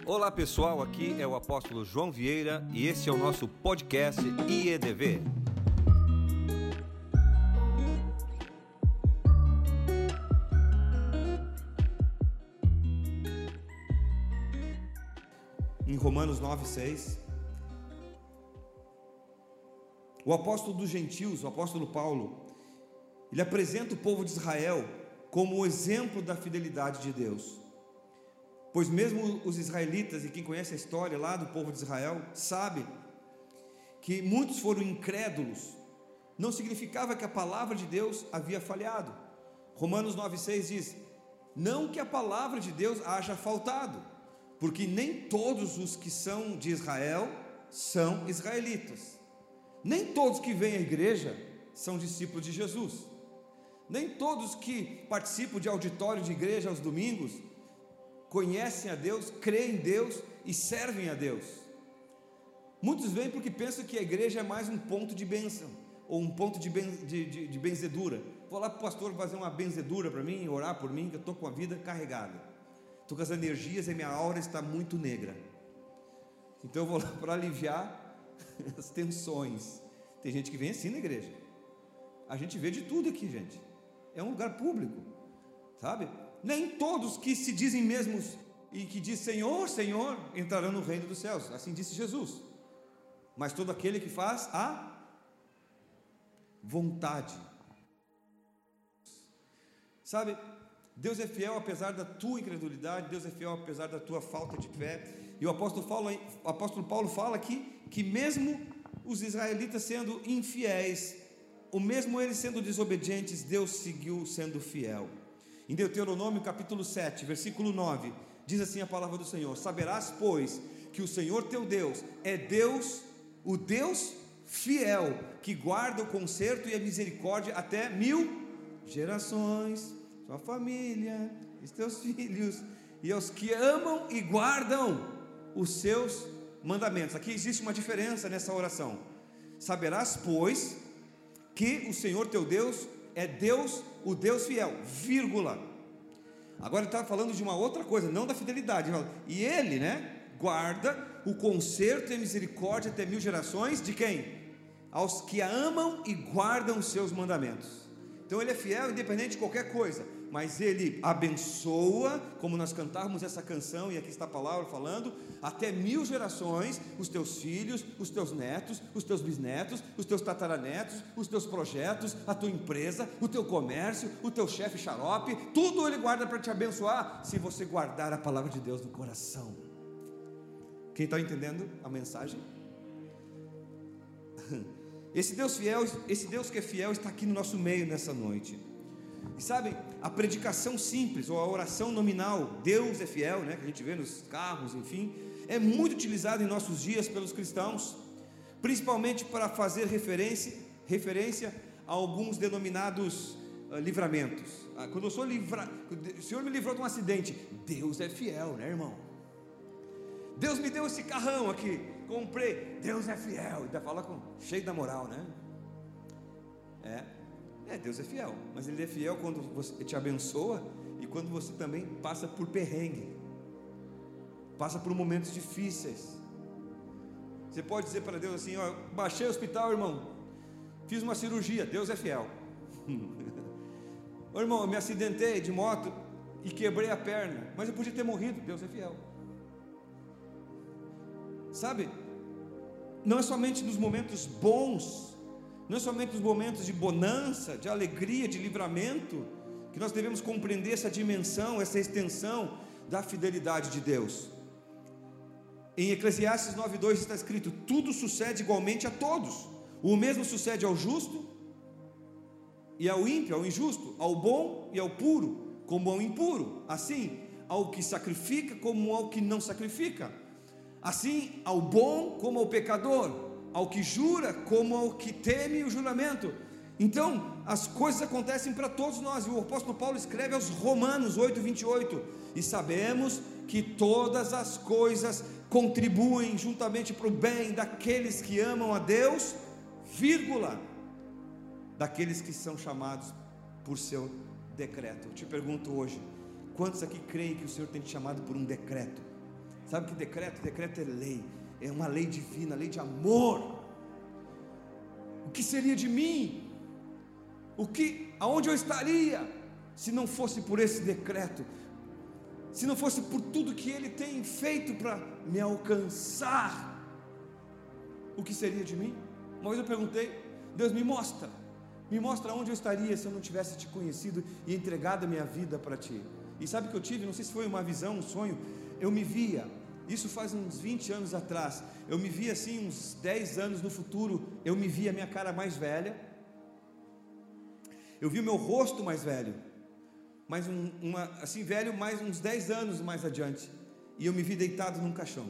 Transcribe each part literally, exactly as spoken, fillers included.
Olá pessoal, aqui é o apóstolo João Vieira e esse é o nosso podcast I E D V. Em Romanos nove, seis, o apóstolo dos gentios, o apóstolo Paulo, ele apresenta o povo de Israel como o exemplo da fidelidade de Deus, pois mesmo os israelitas, e quem conhece a história lá do povo de Israel, sabe que muitos foram incrédulos. Não significava que a palavra de Deus havia falhado. Romanos nove, seis diz: não que a palavra de Deus haja faltado, porque nem todos os que são de Israel são israelitas, nem todos que vêm à igreja são discípulos de Jesus, nem todos que participam de auditório de igreja aos domingos conhecem a Deus, creem em Deus e servem a Deus. Muitos vêm porque pensam que a igreja é mais um ponto de bênção, ou um ponto de, ben, de, de, de benzedura. Vou lá para o pastor fazer uma benzedura para mim, orar por mim, que eu estou com a vida carregada, estou com as energias e minha aura está muito negra, então eu vou lá para aliviar as tensões. Tem gente que vem assim na igreja, a gente vê de tudo aqui, gente, é um lugar público, sabe? Nem todos que se dizem mesmos e que diz Senhor, Senhor, entrarão no reino dos céus, assim disse Jesus, mas todo aquele que faz a vontade, sabe? Deus é fiel apesar da tua incredulidade, Deus é fiel apesar da tua falta de fé. E o apóstolo Paulo, o apóstolo Paulo fala aqui que mesmo os israelitas sendo infiéis, ou mesmo eles sendo desobedientes, Deus seguiu sendo fiel. Em Deuteronômio capítulo sete, versículo nove, diz assim a palavra do Senhor: saberás, pois, que o Senhor teu Deus é Deus, o Deus fiel, que guarda o conserto e a misericórdia até mil gerações, sua família, os teus filhos, e aos que amam e guardam os seus mandamentos. Aqui existe uma diferença nessa oração. Saberás, pois, que o Senhor teu Deus é Deus, o Deus fiel, vírgula. Agora ele está falando de uma outra coisa, não da fidelidade. E ele, né, guarda o conserto e a misericórdia até mil gerações, de quem? Aos que a amam e guardam os seus mandamentos. Então ele é fiel independente de qualquer coisa, mas ele abençoa, como nós cantávamos essa canção, e aqui está a palavra falando, até mil gerações, os teus filhos, os teus netos, os teus bisnetos, os teus tataranetos, os teus projetos, a tua empresa, o teu comércio, o teu chefe xarope, tudo ele guarda para te abençoar, se você guardar a palavra de Deus no coração. Quem está entendendo a mensagem? Esse Deus fiel, esse Deus que é fiel está aqui no nosso meio nessa noite. E sabem, a predicação simples ou a oração nominal, Deus é fiel, né, que a gente vê nos carros, enfim, é muito utilizada em nossos dias pelos cristãos, principalmente para fazer referência, referência a alguns denominados uh, livramentos. Ah, quando eu sou livrado, o Senhor me livrou de um acidente, Deus é fiel, né, irmão? Deus me deu esse carrão aqui, comprei, Deus é fiel. Ainda fala com cheio da moral, né? É, é, Deus é fiel, mas Ele é fiel quando você te abençoa e quando você também passa por perrengue, passa por momentos difíceis. Você pode dizer para Deus assim: ó, baixei o hospital, irmão, fiz uma cirurgia, Deus é fiel. Ô, irmão, eu me acidentei de moto e quebrei a perna, mas eu podia ter morrido, Deus é fiel. Sabe, não é somente nos momentos bons, não é somente nos momentos de bonança, de alegria, de livramento, que nós devemos compreender essa dimensão, essa extensão da fidelidade de Deus. Em Eclesiastes nove, dois está escrito: tudo sucede igualmente a todos, o mesmo sucede ao justo e ao ímpio, ao injusto, ao bom e ao puro, como ao impuro, assim ao que sacrifica como ao que não sacrifica, assim ao bom como ao pecador, ao que jura como ao que teme o juramento. Então as coisas acontecem para todos nós. E o apóstolo Paulo escreve aos Romanos oito, vinte e oito: e sabemos que todas as coisas contribuem juntamente para o bem daqueles que amam a Deus, vírgula, daqueles que são chamados por seu decreto. Eu te pergunto hoje: quantos aqui creem que o Senhor tem te chamado por um decreto? Sabe que decreto? Decreto é lei, é uma lei divina, lei de amor. O que seria de mim? O que, aonde eu estaria se não fosse por esse decreto? Se não fosse por tudo que Ele tem feito para me alcançar? O que seria de mim? Uma vez eu perguntei: Deus, me mostra, me mostra onde eu estaria se eu não tivesse te conhecido e entregado a minha vida para ti. E sabe o que eu tive? Não sei se foi uma visão, um sonho. Eu me via, isso faz uns vinte anos atrás, eu me via assim, uns dez anos no futuro. Eu me via a minha cara mais velha, eu vi o meu rosto mais velho, mais um, uma, assim velho, mais uns dez anos mais adiante, e eu me vi deitado num caixão.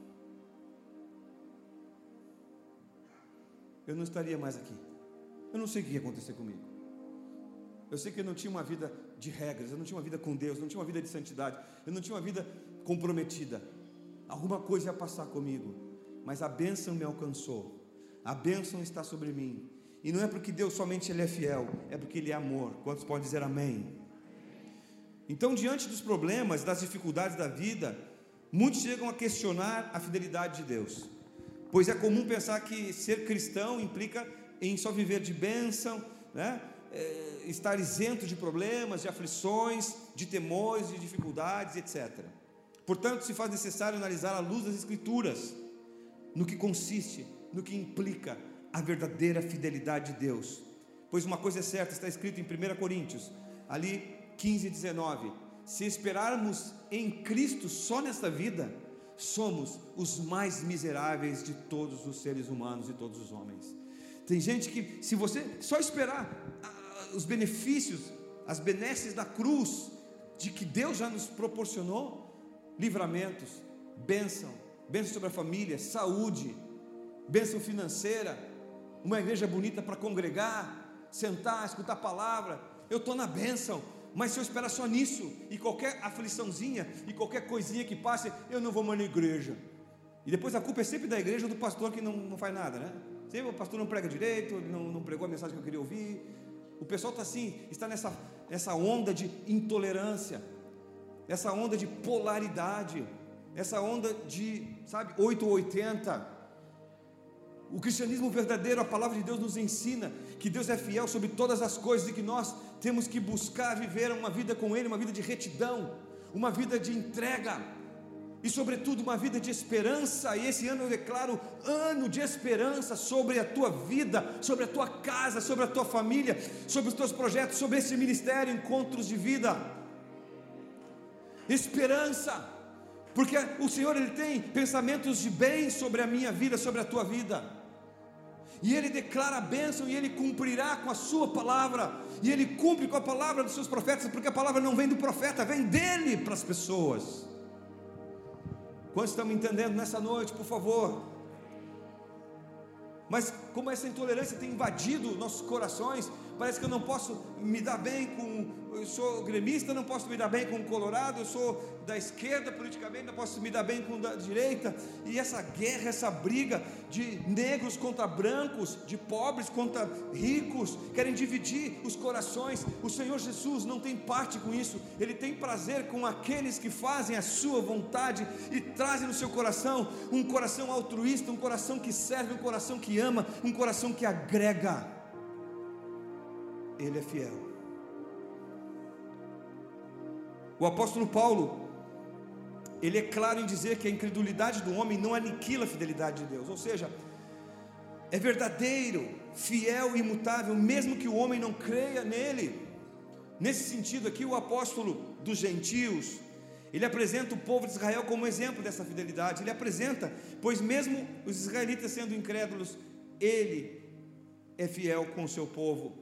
Eu não estaria mais aqui. Eu não sei o que ia acontecer comigo. Eu sei que eu não tinha uma vida de regras, eu não tinha uma vida com Deus, eu não tinha uma vida de santidade, eu não tinha uma vida comprometida. Alguma coisa ia passar comigo, mas a bênção me alcançou, a bênção está sobre mim. E não é porque Deus somente Ele é fiel, é porque Ele é amor. Quantos podem dizer amém? Então, diante dos problemas, das dificuldades da vida, muitos chegam a questionar a fidelidade de Deus, pois é comum pensar que ser cristão implica em só viver de bênção, né? É, estar isento de problemas, de aflições, de temores, de dificuldades, etcétera. Portanto, se faz necessário analisar à luz das Escrituras no que consiste, no que implica a verdadeira fidelidade de Deus. Pois uma coisa é certa, está escrito em primeira Coríntios, ali quinze, dezenove: se esperarmos em Cristo só nesta vida, somos os mais miseráveis de todos os seres humanos e todos os homens. Tem gente que, se você só esperar ah, os benefícios, as benesses da cruz, de que Deus já nos proporcionou, livramentos, bênção, bênção sobre a família, saúde, bênção financeira, uma igreja bonita para congregar, sentar, escutar a palavra, eu estou na bênção. Mas se eu esperar só nisso, e qualquer afliçãozinha, e qualquer coisinha que passe, eu não vou mais na igreja. E depois a culpa é sempre da igreja ou do pastor que não, não faz nada, né? Sempre o pastor não prega direito, não, não pregou a mensagem que eu queria ouvir. O pessoal está assim, está nessa, nessa onda de intolerância, essa onda de polaridade, essa onda de, sabe, oito ou oitenta. O cristianismo verdadeiro, a palavra de Deus nos ensina que Deus é fiel sobre todas as coisas e que nós temos que buscar viver uma vida com Ele, uma vida de retidão, uma vida de entrega e sobretudo uma vida de esperança. E esse ano eu declaro ano de esperança sobre a tua vida, sobre a tua casa, sobre a tua família, sobre os teus projetos, sobre esse ministério, encontros de vida. Esperança, porque o Senhor, Ele tem pensamentos de bem sobre a minha vida, sobre a tua vida, e Ele declara a bênção, e Ele cumprirá com a sua palavra, e Ele cumpre com a palavra dos seus profetas, porque a palavra não vem do profeta, vem dEle para as pessoas. Quantos estão me entendendo nessa noite, por favor? Mas como essa intolerância tem invadido nossos corações, parece que eu não posso me dar bem com, eu sou gremista, não posso me dar bem com o Colorado, eu sou da esquerda politicamente, não posso me dar bem com o da direita, e essa guerra, essa briga de negros contra brancos, de pobres contra ricos, querem dividir os corações. O Senhor Jesus não tem parte com isso, Ele tem prazer com aqueles que fazem a sua vontade e trazem no seu coração um coração altruísta, um coração que serve, um coração que ama, um coração que agrega. Ele é fiel. O apóstolo Paulo, ele é claro em dizer que a incredulidade do homem não aniquila a fidelidade de Deus, ou seja, é verdadeiro, fiel e imutável, mesmo que o homem não creia nele. Nesse sentido aqui, o apóstolo dos gentios, ele apresenta o povo de Israel como exemplo dessa fidelidade. Ele apresenta, pois mesmo os israelitas sendo incrédulos, ele é fiel com o seu povo.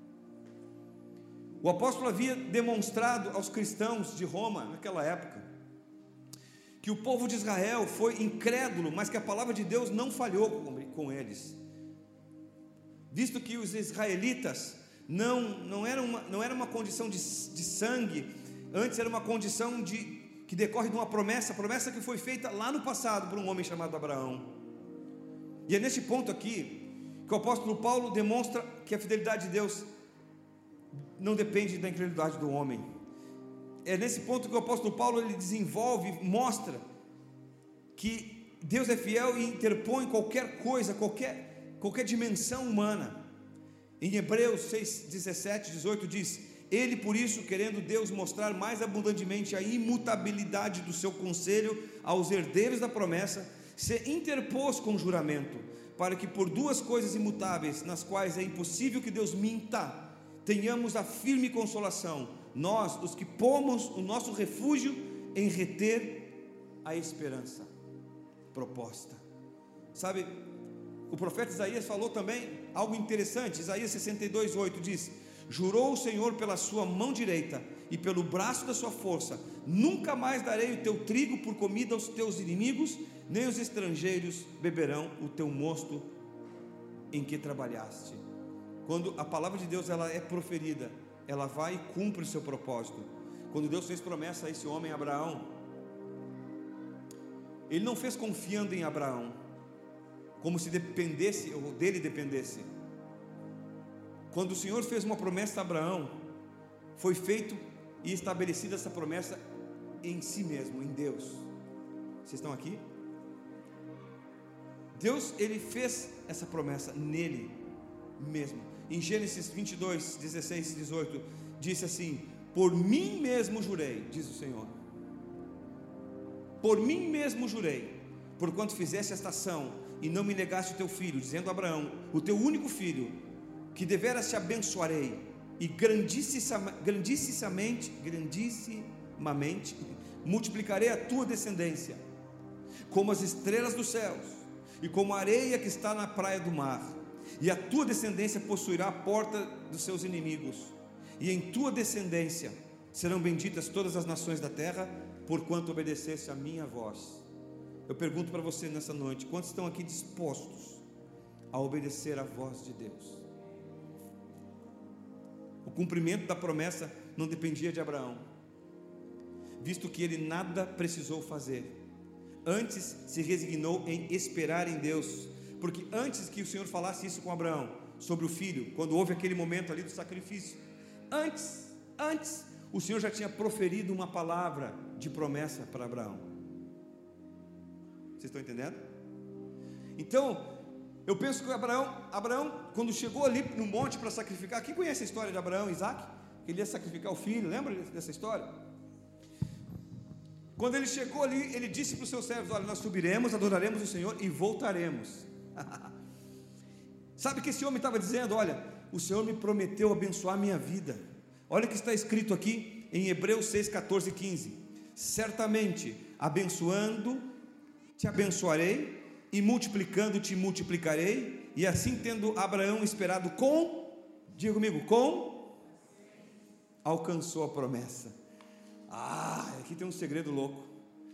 O apóstolo havia demonstrado aos cristãos de Roma, naquela época, que o povo de Israel foi incrédulo, mas que a palavra de Deus não falhou com eles, visto que os israelitas não, não, era, uma, não era uma condição de, de sangue, antes era uma condição de, que decorre de uma promessa, promessa que foi feita lá no passado por um homem chamado Abraão. E é nesse ponto aqui que o apóstolo Paulo demonstra que a fidelidade de Deus não depende da incredulidade do homem. É nesse ponto que o apóstolo Paulo ele desenvolve, mostra que Deus é fiel e interpõe qualquer coisa, qualquer, qualquer dimensão humana. Em Hebreus seis, dezessete, dezoito diz: Ele, por isso, querendo Deus mostrar mais abundantemente a imutabilidade do seu conselho aos herdeiros da promessa, se interpôs com juramento, para que por duas coisas imutáveis, nas quais é impossível que Deus minta, tenhamos a firme consolação, nós, os que pomos o nosso refúgio em reter a esperança proposta. Sabe, o profeta Isaías falou também algo interessante. Isaías sessenta e dois, oito diz: jurou o Senhor pela sua mão direita e pelo braço da sua força: nunca mais darei o teu trigo por comida aos teus inimigos, nem os estrangeiros beberão o teu mosto em que trabalhaste. Quando a palavra de Deus ela é proferida, ela vai e cumpre o seu propósito. Quando Deus fez promessa a esse homem Abraão, Ele não fez confiando em Abraão, como se dependesse, ou dele dependesse. Quando o Senhor fez uma promessa a Abraão, foi feito e estabelecida essa promessa em si mesmo, em Deus. Vocês estão aqui? Deus, Ele fez essa promessa nele mesmo. Em Gênesis vinte e dois, dezesseis e dezoito, disse assim: por mim mesmo jurei, diz o Senhor, por mim mesmo jurei, porquanto fizeste esta ação e não me negaste o teu filho, dizendo a Abraão, o teu único filho, que deveras te abençoarei, e grandissimamente, grandissimamente, grandissimamente multiplicarei a tua descendência, como as estrelas dos céus, e como a areia que está na praia do mar. E a tua descendência possuirá a porta dos seus inimigos, e em tua descendência serão benditas todas as nações da terra, porquanto obedeceste a minha voz. Eu pergunto para você nessa noite: quantos estão aqui dispostos a obedecer a voz de Deus? O cumprimento da promessa não dependia de Abraão, visto que ele nada precisou fazer, antes se resignou em esperar em Deus. Porque antes que o Senhor falasse isso com Abraão, sobre o filho, quando houve aquele momento ali do sacrifício, antes, antes, o Senhor já tinha proferido uma palavra de promessa para Abraão. Vocês estão entendendo? Então, eu penso que Abraão, Abraão, quando chegou ali no monte para sacrificar, quem conhece a história de Abraão e Isaac? Ele ia sacrificar o filho, lembra dessa história? Quando ele chegou ali, ele disse para os seus servos: olha, nós subiremos, adoraremos o Senhor e voltaremos. Sabe o que esse homem estava dizendo? Olha, o Senhor me prometeu abençoar a minha vida. Olha o que está escrito aqui em Hebreus seis, catorze e quinze: certamente abençoando te abençoarei, e multiplicando te multiplicarei. E assim, tendo Abraão esperado com, diga comigo, com, alcançou a promessa. Ah, aqui tem um segredo louco.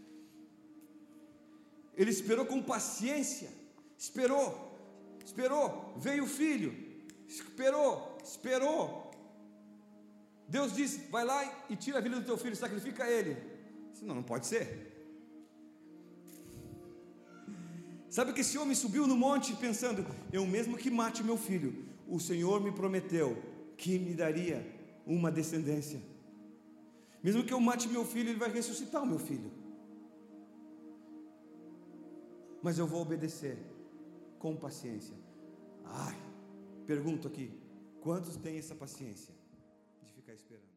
Ele esperou com paciência, esperou, esperou, veio o filho, esperou, esperou. Deus disse: vai lá e tira a vida do teu filho, sacrifica ele. Senão não pode ser. Sabe que esse homem subiu no monte pensando: eu mesmo que mate meu filho, o Senhor me prometeu que me daria uma descendência. Mesmo que eu mate meu filho, Ele vai ressuscitar o meu filho. Mas eu vou obedecer com paciência. Ai, pergunto aqui: quantos têm essa paciência de ficar esperando?